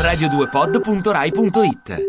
radio2pod.rai.it.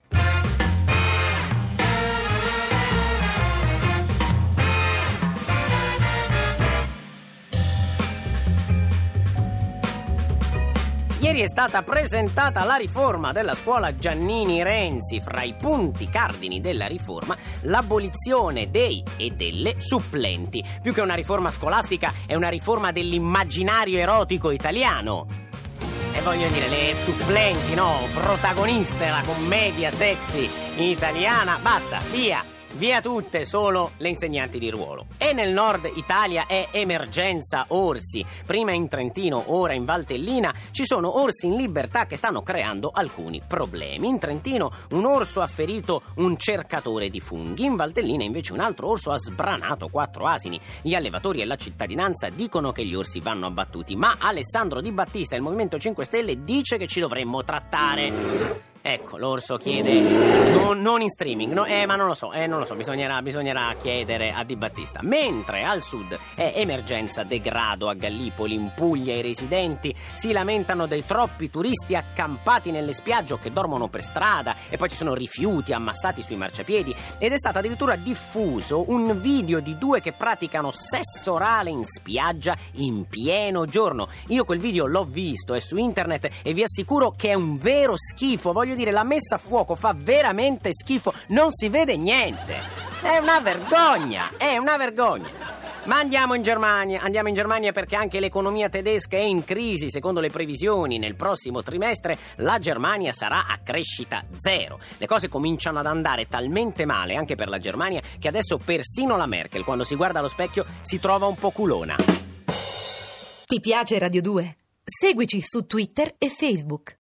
Ieri è stata presentata la riforma della scuola Giannini-Renzi. Fra i punti cardini della riforma, l'abolizione dei e delle supplenti. Più che una riforma scolastica, è una riforma dell'immaginario erotico italiano. E voglio dire, le supplenti, no? Protagoniste, la commedia sexy italiana. Basta, via tutte, solo le insegnanti di ruolo. E nel nord Italia è emergenza orsi. Prima in Trentino, ora in Valtellina ci sono orsi in libertà che stanno creando alcuni problemi. In Trentino un orso ha ferito un cercatore di funghi, in Valtellina invece un altro orso ha sbranato 4 asini. Gli allevatori e la cittadinanza dicono che gli orsi vanno abbattuti, ma Alessandro Di Battista e il Movimento 5 Stelle dice che ci dovremmo trattare. Ecco, l'orso chiede non in streaming, no? Ma non lo so, bisognerà chiedere a Di Battista. Mentre al sud è emergenza degrado a Gallipoli, in Puglia i residenti si lamentano dei troppi turisti accampati nelle spiagge o che dormono per strada, e poi ci sono rifiuti ammassati sui marciapiedi, ed è stato addirittura diffuso un video di 2 che praticano sesso orale in spiaggia in pieno giorno. Io quel video l'ho visto, è su internet, e vi assicuro che è un vero schifo. Voglio dire, la messa a fuoco fa veramente schifo, non si vede niente. È una vergogna. Ma andiamo in Germania perché anche l'economia tedesca è in crisi. Secondo le previsioni, nel prossimo trimestre la Germania sarà a crescita zero. Le cose cominciano ad andare talmente male anche per la Germania che adesso persino la Merkel, quando si guarda allo specchio, si trova un po' culona. Ti piace Radio 2? Seguici su Twitter e Facebook.